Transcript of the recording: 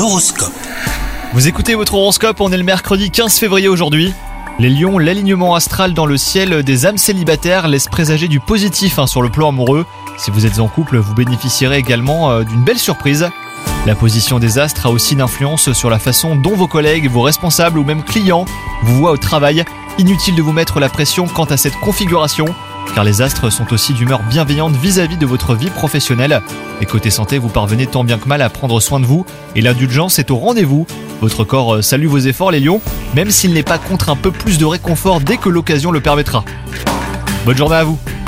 L'horoscope. Vous écoutez votre horoscope, on est le mercredi 15 février aujourd'hui. Les lions, l'alignement astral dans le ciel des âmes célibataires laisse présager du positif sur le plan amoureux. Si vous êtes en couple, vous bénéficierez également d'une belle surprise. La position des astres a aussi une influence sur la façon dont vos collègues, vos responsables ou même clients vous voient au travail. Inutile de vous mettre la pression quant à cette configuration, car les astres sont aussi d'humeur bienveillante vis-à-vis de votre vie professionnelle. Et côté santé, vous parvenez tant bien que mal à prendre soin de vous, et l'indulgence est au rendez-vous. Votre corps salue vos efforts les lions, même s'il n'est pas contre un peu plus de réconfort dès que l'occasion le permettra. Bonne journée à vous.